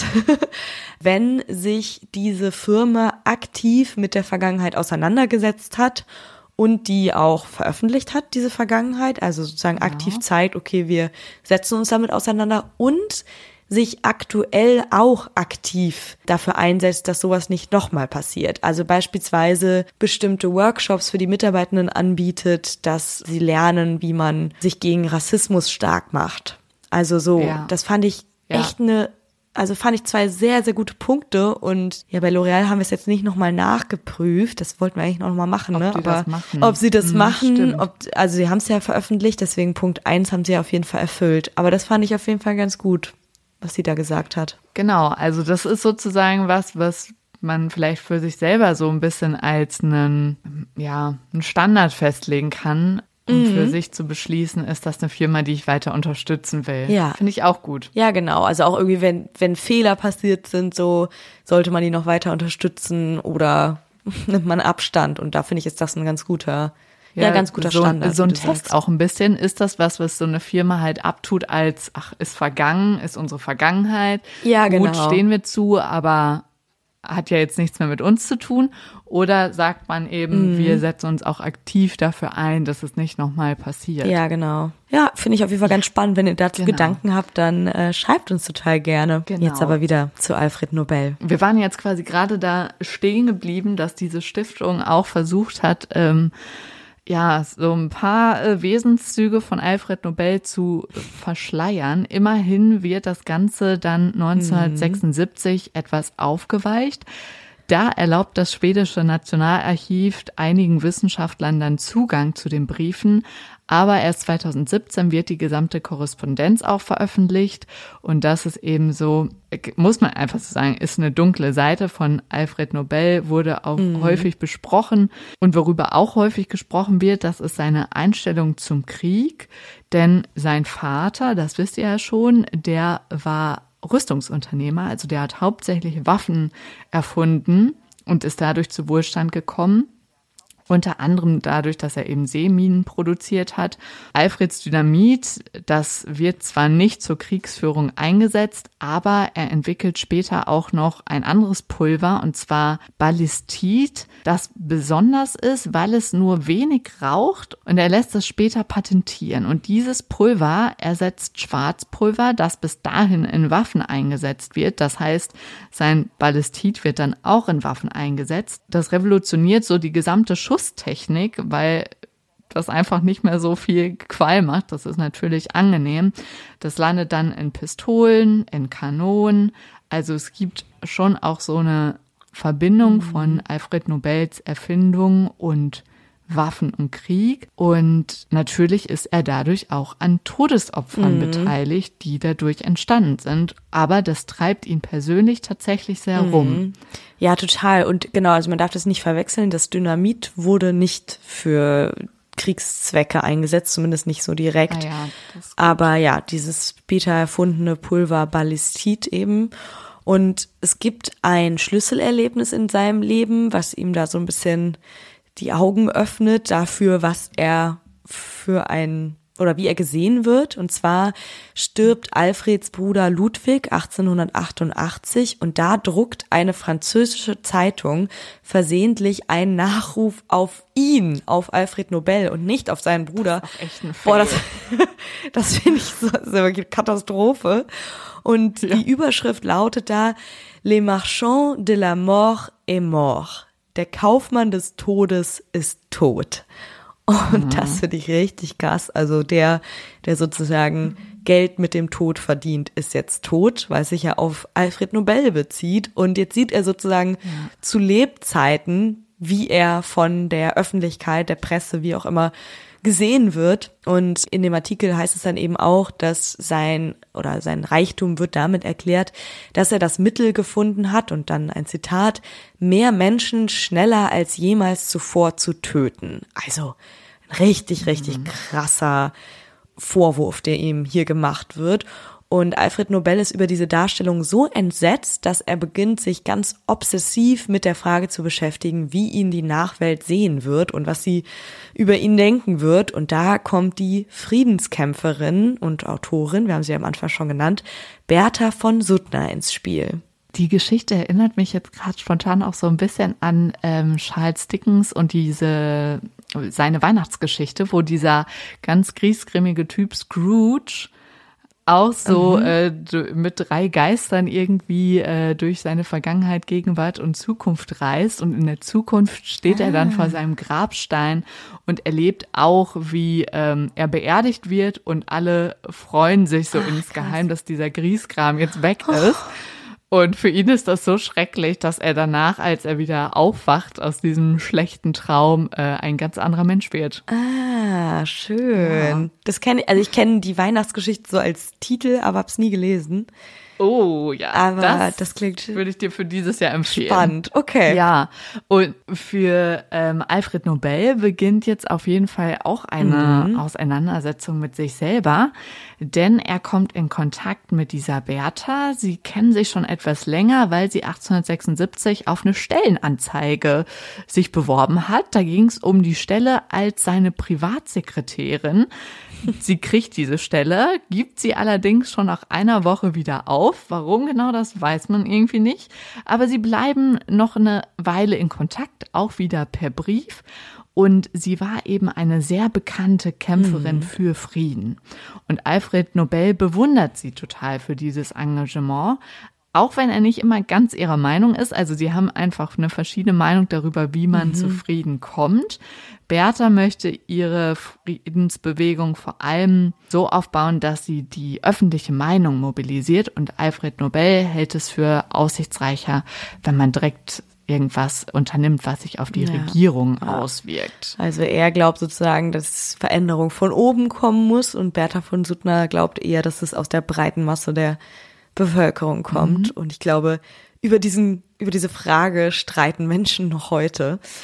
wenn sich diese Firma aktiv mit der Vergangenheit auseinandergesetzt hat und die auch veröffentlicht hat, diese Vergangenheit, also sozusagen aktiv zeigt, okay, wir setzen uns damit auseinander und sich aktuell auch aktiv dafür einsetzt, dass sowas nicht nochmal passiert. Also beispielsweise bestimmte Workshops für die Mitarbeitenden anbietet, dass sie lernen, wie man sich gegen Rassismus stark macht. Also so, das fand ich echt fand ich zwei sehr, sehr gute Punkte und ja, bei L'Oréal haben wir es jetzt nicht nochmal nachgeprüft, das wollten wir eigentlich noch mal machen, ne? Aber ob sie das machen, also sie haben es ja veröffentlicht, deswegen Punkt 1 haben sie ja auf jeden Fall erfüllt. Aber das fand ich auf jeden Fall ganz gut, was sie da gesagt hat. Genau, also das ist sozusagen was man vielleicht für sich selber so ein bisschen als einen Standard festlegen kann. Und für sich zu beschließen, ist das eine Firma, die ich weiter unterstützen will. Ja. Finde ich auch gut. Ja, genau. Also auch irgendwie, wenn Fehler passiert sind, so sollte man die noch weiter unterstützen oder nimmt man Abstand. Und da finde ich, ist das ein ganz guter Standard. So ein Test auch ein bisschen. Ist das was so eine Firma halt abtut als, ist vergangen, ist unsere Vergangenheit. Ja, genau. Gut, stehen wir zu, aber hat ja jetzt nichts mehr mit uns zu tun. Oder sagt man eben, wir setzen uns auch aktiv dafür ein, dass es nicht nochmal passiert. Ja, genau. Ja, finde ich auf jeden Fall ganz spannend. Wenn ihr dazu Gedanken habt, dann schreibt uns total gerne. Genau. Jetzt aber wieder zu Alfred Nobel. Wir waren jetzt quasi gerade da stehen geblieben, dass diese Stiftung auch versucht hat, so ein paar Wesenszüge von Alfred Nobel zu verschleiern. Immerhin wird das Ganze dann 1976 etwas aufgeweicht. Da erlaubt das schwedische Nationalarchiv einigen Wissenschaftlern dann Zugang zu den Briefen. Aber erst 2017 wird die gesamte Korrespondenz auch veröffentlicht. Und das ist eben so, muss man einfach so sagen, ist eine dunkle Seite von Alfred Nobel, wurde auch häufig besprochen. Und worüber auch häufig gesprochen wird, das ist seine Einstellung zum Krieg. Denn sein Vater, das wisst ihr ja schon, der war Rüstungsunternehmer, also der hat hauptsächlich Waffen erfunden und ist dadurch zu Wohlstand gekommen. unter anderem dadurch, dass er eben Seeminen produziert hat. Alfreds Dynamit, das wird zwar nicht zur Kriegsführung eingesetzt, aber er entwickelt später auch noch ein anderes Pulver, und zwar Ballistit, das besonders ist, weil es nur wenig raucht, und er lässt es später patentieren. Und dieses Pulver ersetzt Schwarzpulver, das bis dahin in Waffen eingesetzt wird. Das heißt, sein Ballistit wird dann auch in Waffen eingesetzt. Das revolutioniert so die gesamte Schusstechnik, weil das einfach nicht mehr so viel Qualm macht. Das ist natürlich angenehm. Das landet dann in Pistolen, in Kanonen. Also es gibt schon auch so eine Verbindung von Alfred Nobels Erfindung und Waffen und Krieg. Und natürlich ist er dadurch auch an Todesopfern beteiligt, die dadurch entstanden sind. Aber das treibt ihn persönlich tatsächlich sehr rum. Ja, total. Und genau, also man darf das nicht verwechseln. Das Dynamit wurde nicht für Kriegszwecke eingesetzt, zumindest nicht so direkt. Aber ja, dieses später erfundene Pulver Ballistit eben. Und es gibt ein Schlüsselerlebnis in seinem Leben, was ihm da so ein bisschen die Augen öffnet dafür, was er wie er gesehen wird. Und zwar stirbt Alfreds Bruder Ludwig 1888 und da druckt eine französische Zeitung versehentlich einen Nachruf auf ihn, auf Alfred Nobel und nicht auf seinen Bruder. Das ist auch echt ein Fail. Das finde ich so eine Katastrophe. Und die Überschrift lautet da: Les marchands de la mort est mort. Der Kaufmann des Todes ist tot. Und das finde ich richtig krass. Also der sozusagen Geld mit dem Tod verdient, ist jetzt tot, weil es sich ja auf Alfred Nobel bezieht. Und jetzt sieht er sozusagen zu Lebzeiten, wie er von der Öffentlichkeit, der Presse, wie auch immer, gesehen wird. Und in dem Artikel heißt es dann eben auch, dass sein Reichtum wird damit erklärt, dass er das Mittel gefunden hat, und dann ein Zitat: mehr Menschen schneller als jemals zuvor zu töten. Also ein richtig, richtig krasser Vorwurf, der ihm hier gemacht wird. Und Alfred Nobel ist über diese Darstellung so entsetzt, dass er beginnt, sich ganz obsessiv mit der Frage zu beschäftigen, wie ihn die Nachwelt sehen wird und was sie über ihn denken wird. Und da kommt die Friedenskämpferin und Autorin, wir haben sie am Anfang schon genannt, Bertha von Suttner ins Spiel. Die Geschichte erinnert mich jetzt gerade spontan auch so ein bisschen an Charles Dickens und seine Weihnachtsgeschichte, wo dieser ganz griesgrimmige Typ Scrooge auch so mit 3 Geistern irgendwie durch seine Vergangenheit, Gegenwart und Zukunft reist. Und in der Zukunft steht er dann vor seinem Grabstein und erlebt auch, wie er beerdigt wird. Und alle freuen sich so insgeheim, dass dieser Griesgram jetzt weg ist. Und für ihn ist das so schrecklich, dass er danach, als er wieder aufwacht aus diesem schlechten Traum, ein ganz anderer Mensch wird. Ah, schön. Ja. Ich kenne die Weihnachtsgeschichte so als Titel, aber hab's nie gelesen. Oh ja, aber das klingt, würde ich dir für dieses Jahr empfehlen. Spannend, okay. Ja, und für Alfred Nobel beginnt jetzt auf jeden Fall auch eine Auseinandersetzung mit sich selber, denn er kommt in Kontakt mit dieser Bertha. Sie kennen sich schon etwas länger, weil sie 1876 auf eine Stellenanzeige sich beworben hat. Da ging es um die Stelle als seine Privatsekretärin. Sie kriegt diese Stelle, gibt sie allerdings schon nach einer Woche wieder auf. Warum genau, das weiß man irgendwie nicht. Aber sie bleiben noch eine Weile in Kontakt, auch wieder per Brief. Und sie war eben eine sehr bekannte Kämpferin für Frieden. Und Alfred Nobel bewundert sie total für dieses Engagement. Auch wenn er nicht immer ganz ihrer Meinung ist, also sie haben einfach eine verschiedene Meinung darüber, wie man zu Frieden kommt. Bertha möchte ihre Friedensbewegung vor allem so aufbauen, dass sie die öffentliche Meinung mobilisiert, und Alfred Nobel hält es für aussichtsreicher, wenn man direkt irgendwas unternimmt, was sich auf die Regierung auswirkt. Also er glaubt sozusagen, dass Veränderung von oben kommen muss, und Bertha von Suttner glaubt eher, dass es aus der breiten Masse der Bevölkerung kommt. Und ich glaube, über diese Frage streiten Menschen noch heute.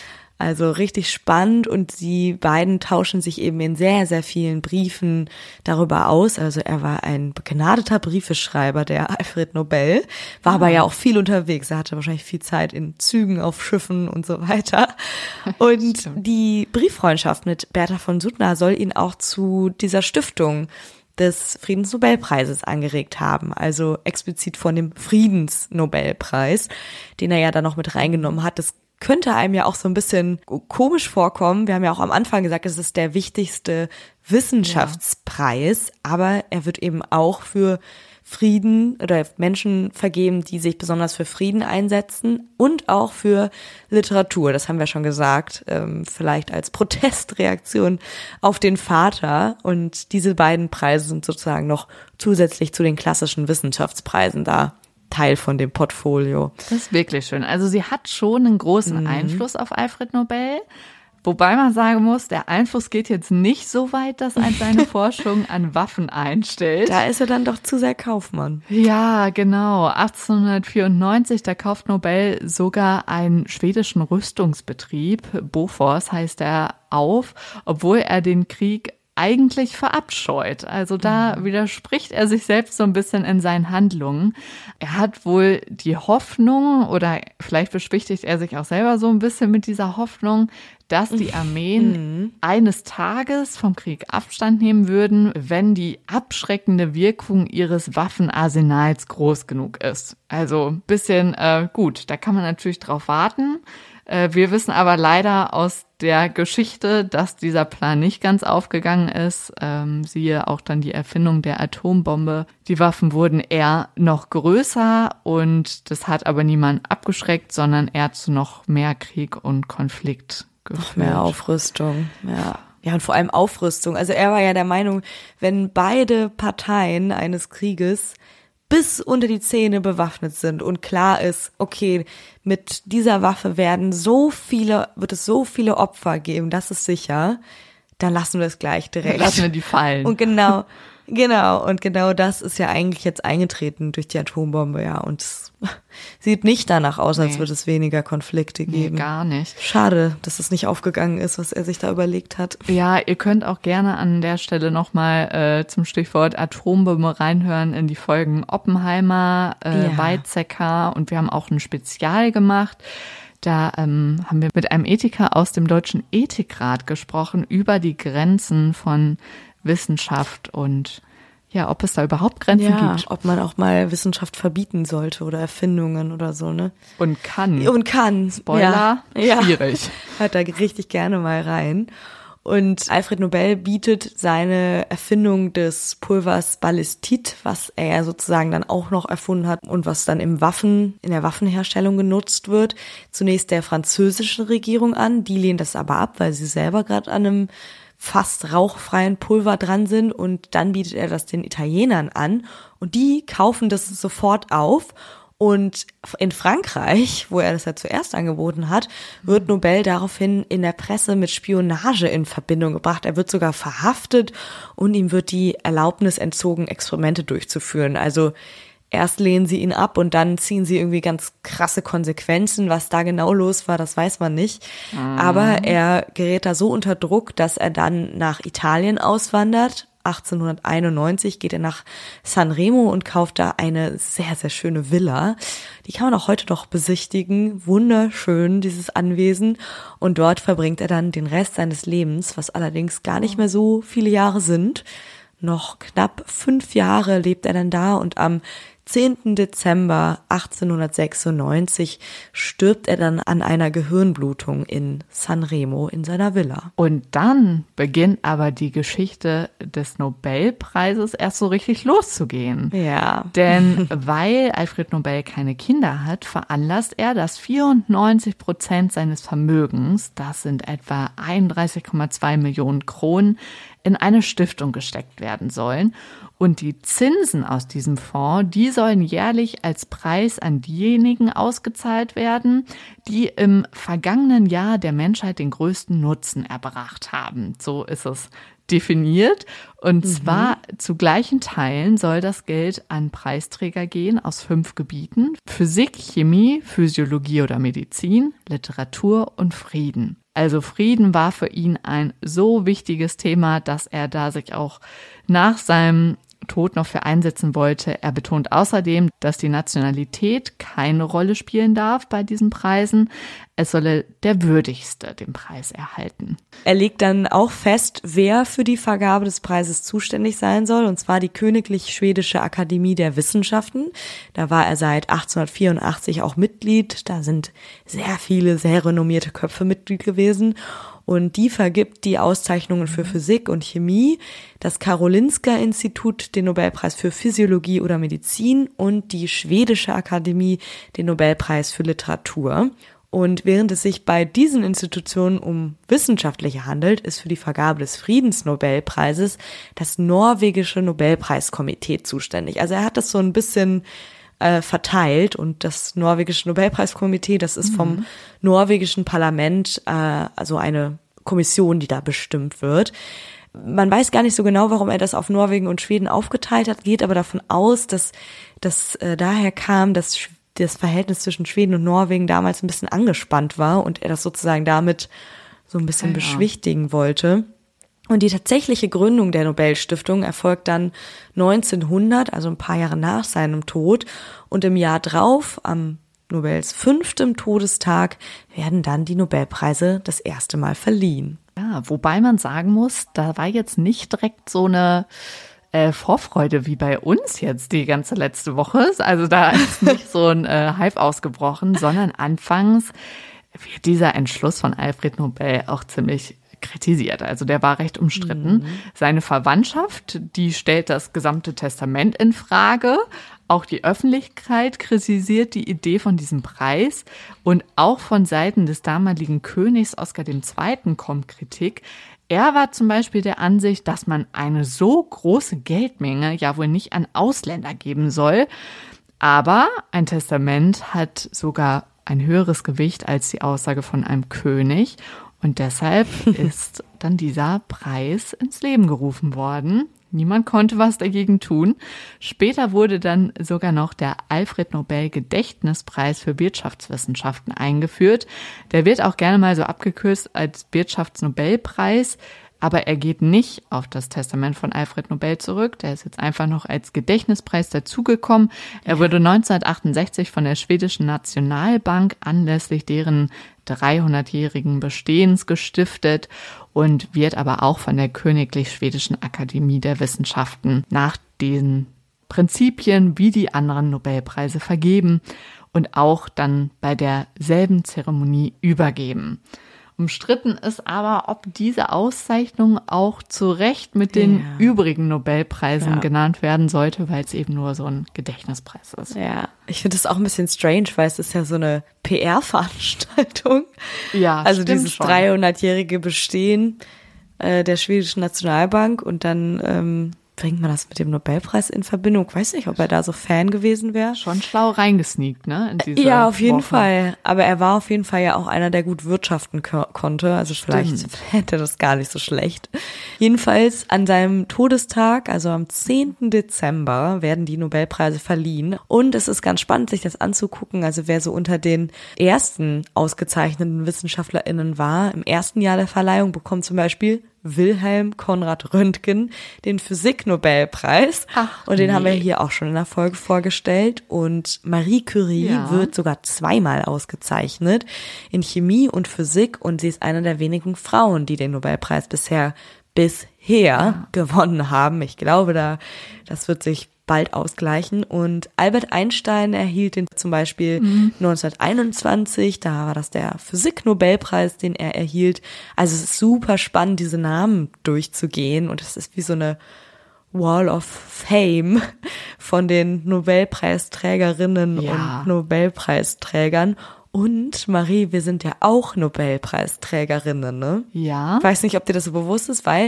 Also richtig spannend und die beiden tauschen sich eben in sehr, sehr vielen Briefen darüber aus. Also er war ein begnadeter Briefeschreiber, der Alfred Nobel, war aber ja auch viel unterwegs. Er hatte wahrscheinlich viel Zeit in Zügen, auf Schiffen und so weiter. Und die Brieffreundschaft mit Bertha von Suttner soll ihn auch zu dieser Stiftung des Friedensnobelpreises angeregt haben, also explizit von dem Friedensnobelpreis, den er ja dann noch mit reingenommen hat. Das könnte einem ja auch so ein bisschen komisch vorkommen. Wir haben ja auch am Anfang gesagt, es ist der wichtigste Wissenschaftspreis, aber er wird eben auch für Frieden oder Menschen vergeben, die sich besonders für Frieden einsetzen und auch für Literatur. Das haben wir schon gesagt, vielleicht als Protestreaktion auf den Vater. Und diese beiden Preise sind sozusagen noch zusätzlich zu den klassischen Wissenschaftspreisen da Teil von dem Portfolio. Das ist wirklich schön. Also sie hat schon einen großen Einfluss auf Alfred Nobel. Wobei man sagen muss, der Einfluss geht jetzt nicht so weit, dass er seine Forschung an Waffen einstellt. Da ist er dann doch zu sehr Kaufmann. Ja, genau. 1894, da kauft Nobel sogar einen schwedischen Rüstungsbetrieb, Bofors heißt er, auf, obwohl er den Krieg eigentlich verabscheut. Also da widerspricht er sich selbst so ein bisschen in seinen Handlungen. Er hat wohl die Hoffnung, oder vielleicht beschwichtigt er sich auch selber so ein bisschen mit dieser Hoffnung, dass die Armeen eines Tages vom Krieg Abstand nehmen würden, wenn die abschreckende Wirkung ihres Waffenarsenals groß genug ist. Also ein bisschen gut, da kann man natürlich drauf warten. Wir wissen aber leider aus der Geschichte, dass dieser Plan nicht ganz aufgegangen ist. Siehe auch dann die Erfindung der Atombombe. Die Waffen wurden eher noch größer und das hat aber niemanden abgeschreckt, sondern eher zu noch mehr Krieg und Konflikt geführt. Noch mehr Aufrüstung, ja. Ja, und vor allem Aufrüstung. Also er war ja der Meinung, wenn beide Parteien eines Krieges bis unter die Zähne bewaffnet sind und klar ist, okay, mit dieser Waffe wird es so viele Opfer geben, das ist sicher, dann lassen wir es gleich direkt. Lassen wir die fallen. Und genau das ist ja eigentlich jetzt eingetreten durch die Atombombe, ja, und es sieht nicht danach aus, als würde es weniger Konflikte geben. Nee, gar nicht. Schade, dass es nicht aufgegangen ist, was er sich da überlegt hat. Ja, ihr könnt auch gerne an der Stelle nochmal zum Stichwort Atombombe reinhören in die Folgen Oppenheimer, Weizsäcker, und wir haben auch ein Spezial gemacht. Da haben wir mit einem Ethiker aus dem Deutschen Ethikrat gesprochen über die Grenzen von Wissenschaft und ja, ob es da überhaupt Grenzen gibt. Ob man auch mal Wissenschaft verbieten sollte oder Erfindungen oder so, ne? Und kann. Spoiler, schwierig. Hört da richtig gerne mal rein. Und Alfred Nobel bietet seine Erfindung des Pulvers Ballistit, was er ja sozusagen dann auch noch erfunden hat und was dann in der Waffenherstellung genutzt wird, zunächst der französischen Regierung an. Die lehnt das aber ab, weil sie selber gerade an einem fast rauchfreien Pulver dran sind, und dann bietet er das den Italienern an und die kaufen das sofort auf. Und in Frankreich, wo er das ja zuerst angeboten hat, wird Nobel daraufhin in der Presse mit Spionage in Verbindung gebracht. Er wird sogar verhaftet und ihm wird die Erlaubnis entzogen, Experimente durchzuführen. Also erst lehnen sie ihn ab und dann ziehen sie irgendwie ganz krasse Konsequenzen. Was da genau los war, das weiß man nicht. Aber er gerät da so unter Druck, dass er dann nach Italien auswandert. 1891 geht er nach Sanremo und kauft da eine sehr, sehr schöne Villa. Die kann man auch heute noch besichtigen. Wunderschön, dieses Anwesen. Und dort verbringt er dann den Rest seines Lebens, was allerdings gar nicht mehr so viele Jahre sind. Noch knapp 5 Jahre lebt er dann da und am 10. Dezember 1896 stirbt er dann an einer Gehirnblutung in Sanremo in seiner Villa. Und dann beginnt aber die Geschichte des Nobelpreises erst so richtig loszugehen. Ja. Denn weil Alfred Nobel keine Kinder hat, veranlasst er, dass 94% seines Vermögens, das sind etwa 31,2 Millionen Kronen, in eine Stiftung gesteckt werden sollen. Und die Zinsen aus diesem Fonds, die sollen jährlich als Preis an diejenigen ausgezahlt werden, die im vergangenen Jahr der Menschheit den größten Nutzen erbracht haben. So ist es definiert. Und zwar zu gleichen Teilen soll das Geld an Preisträger gehen aus 5 Gebieten: Physik, Chemie, Physiologie oder Medizin, Literatur und Frieden. Also Frieden war für ihn ein so wichtiges Thema, dass er da sich auch nach seinem Tod noch für einsetzen wollte. Er betont außerdem, dass die Nationalität keine Rolle spielen darf bei diesen Preisen. Es solle der Würdigste den Preis erhalten. Er legt dann auch fest, wer für die Vergabe des Preises zuständig sein soll, und zwar die Königlich Schwedische Akademie der Wissenschaften. Da war er seit 1884 auch Mitglied. Da sind sehr viele, sehr renommierte Köpfe Mitglied gewesen. Und die vergibt die Auszeichnungen für Physik und Chemie, das Karolinska-Institut den Nobelpreis für Physiologie oder Medizin und die Schwedische Akademie den Nobelpreis für Literatur. Und während es sich bei diesen Institutionen um wissenschaftliche handelt, ist für die Vergabe des Friedensnobelpreises das norwegische Nobelpreiskomitee zuständig. Also er hat das so ein bisschen verteilt, und das norwegische Nobelpreiskomitee, das ist vom norwegischen Parlament also eine Kommission, die da bestimmt wird. Man weiß gar nicht so genau, warum er das auf Norwegen und Schweden aufgeteilt hat, geht aber davon aus, dass das daher kam, dass das Verhältnis zwischen Schweden und Norwegen damals ein bisschen angespannt war und er das sozusagen damit so ein bisschen beschwichtigen wollte. Und die tatsächliche Gründung der Nobelstiftung erfolgt dann 1900, also ein paar Jahre nach seinem Tod. Und im Jahr drauf, am Nobels 5. Todestag, werden dann die Nobelpreise das erste Mal verliehen. Ja, wobei man sagen muss, da war jetzt nicht direkt so eine Vorfreude wie bei uns jetzt die ganze letzte Woche. Also da ist nicht so ein Hype ausgebrochen, sondern anfangs wird dieser Entschluss von Alfred Nobel auch ziemlich kritisiert. Also der war recht umstritten. Seine Verwandtschaft, die stellt das gesamte Testament in Frage. Auch die Öffentlichkeit kritisiert die Idee von diesem Preis. Und auch von Seiten des damaligen Königs Oskar II. Kommt Kritik. Er war zum Beispiel der Ansicht, dass man eine so große Geldmenge ja wohl nicht an Ausländer geben soll. Aber ein Testament hat sogar ein höheres Gewicht als die Aussage von einem König. Und deshalb ist dann dieser Preis ins Leben gerufen worden. Niemand konnte was dagegen tun. Später wurde dann sogar noch der Alfred Nobel Gedächtnispreis für Wirtschaftswissenschaften eingeführt. Der wird auch gerne mal so abgekürzt als Wirtschaftsnobelpreis. Aber er geht nicht auf das Testament von Alfred Nobel zurück. Der ist jetzt einfach noch als Gedächtnispreis dazugekommen. Er wurde 1968 von der Schwedischen Nationalbank anlässlich deren 300-jährigen Bestehens gestiftet und wird aber auch von der Königlich Schwedischen Akademie der Wissenschaften nach den Prinzipien wie die anderen Nobelpreise vergeben und auch dann bei derselben Zeremonie übergeben. Umstritten ist aber, ob diese Auszeichnung auch zu Recht mit den übrigen Nobelpreisen genannt werden sollte, weil es eben nur so ein Gedächtnispreis ist. Ja, ich finde das auch ein bisschen strange, weil es ist ja so eine PR-Veranstaltung. Ja, also dieses 300-jährige Bestehen der Schwedischen Nationalbank, und dann bringt man das mit dem Nobelpreis in Verbindung. Ich weiß nicht, ob er da so Fan gewesen wäre. Schon schlau reingesneakt, ne? In diese ja, auf jeden Woche. Fall. Aber er war auf jeden Fall ja auch einer, der gut wirtschaften konnte. Also vielleicht hätte das gar nicht so schlecht. Jedenfalls an seinem Todestag, also am 10. Dezember, werden die Nobelpreise verliehen. Und es ist ganz spannend, sich das anzugucken. Also wer so unter den ersten ausgezeichneten WissenschaftlerInnen war, im ersten Jahr der Verleihung, bekommt zum Beispiel Wilhelm Konrad Röntgen den Physik-Nobelpreis. Und den haben wir hier auch schon in der Folge vorgestellt. Und Marie Curie wird sogar 2-mal ausgezeichnet in Chemie und Physik. Und sie ist eine der wenigen Frauen, die den Nobelpreis bisher gewonnen haben. Ich glaube, das wird sich bald ausgleichen. Und Albert Einstein erhielt den zum Beispiel 1921, da war das der Physik-Nobelpreis, den er erhielt. Also es ist super spannend, diese Namen durchzugehen, und es ist wie so eine Wall of Fame von den Nobelpreisträgerinnen und Nobelpreisträgern. Und Marie, wir sind ja auch Nobelpreisträgerinnen, ne? Ja. Ich weiß nicht, ob dir das so bewusst ist, weil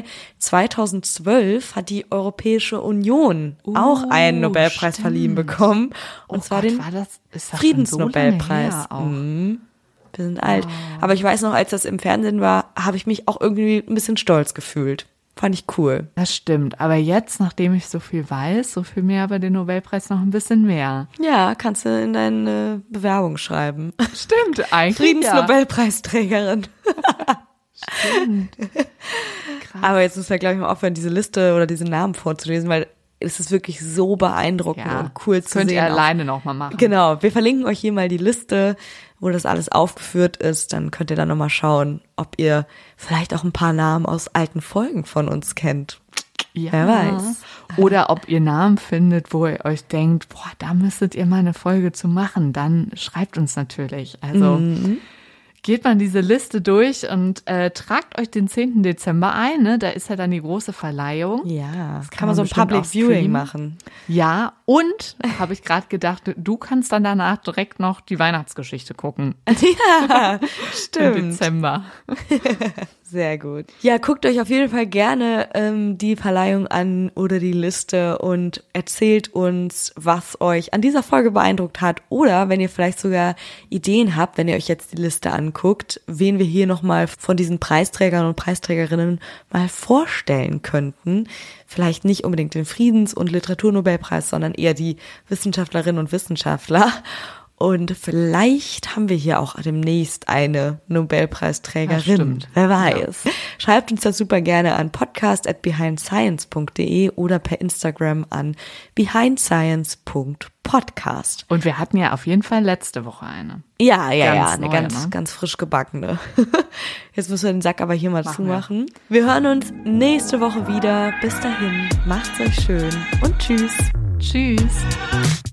2012 hat die Europäische Union auch einen Nobelpreis verliehen bekommen. Und zwar den Friedensnobelpreis. Wir sind alt. Aber ich weiß noch, als das im Fernsehen war, habe ich mich auch irgendwie ein bisschen stolz gefühlt. Fand ich cool. Das stimmt. Aber jetzt, nachdem ich so viel weiß, so viel mehr über den Nobelpreis noch ein bisschen mehr. Ja, kannst du in deine Bewerbung schreiben. Stimmt, eigentlich Friedensnobelpreisträgerin. stimmt. Krass. Aber jetzt müssen wir, glaube ich, mal aufhören, diese Liste oder diese Namen vorzulesen, weil es ist wirklich so beeindruckend und cool zu sehen. Könnt ihr alleine nochmal machen. Genau, wir verlinken euch hier mal die Liste, wo das alles aufgeführt ist. Dann könnt ihr da nochmal schauen, ob ihr vielleicht auch ein paar Namen aus alten Folgen von uns kennt. Ja. Wer weiß. Oder ob ihr Namen findet, wo ihr euch denkt, boah, da müsstet ihr mal eine Folge zu machen. Dann schreibt uns natürlich. Also geht mal diese Liste durch und tragt euch den 10. Dezember ein. Ne? Da ist ja dann die große Verleihung. Ja, das kann man so ein Public Viewing machen. Ja, und habe ich gerade gedacht, du kannst dann danach direkt noch die Weihnachtsgeschichte gucken. Ja, stimmt. Im Dezember. Sehr gut. Ja, guckt euch auf jeden Fall gerne die Verleihung an oder die Liste und erzählt uns, was euch an dieser Folge beeindruckt hat. Oder wenn ihr vielleicht sogar Ideen habt, wenn ihr euch jetzt die Liste anguckt, wen wir hier nochmal von diesen Preisträgern und Preisträgerinnen mal vorstellen könnten. Vielleicht nicht unbedingt den Friedens- und Literaturnobelpreis, sondern eher die Wissenschaftlerinnen und Wissenschaftler. Und vielleicht haben wir hier auch demnächst eine Nobelpreisträgerin. Wer weiß. Ja. Schreibt uns das super gerne an podcast@behindscience.de oder per Instagram an behindscience.podcast. Und wir hatten ja auf jeden Fall letzte Woche eine. Ja, eine ganz frisch gebackene. Jetzt müssen wir den Sack aber hier mal zumachen. Wir hören uns nächste Woche wieder. Bis dahin, macht's euch schön und tschüss. Tschüss.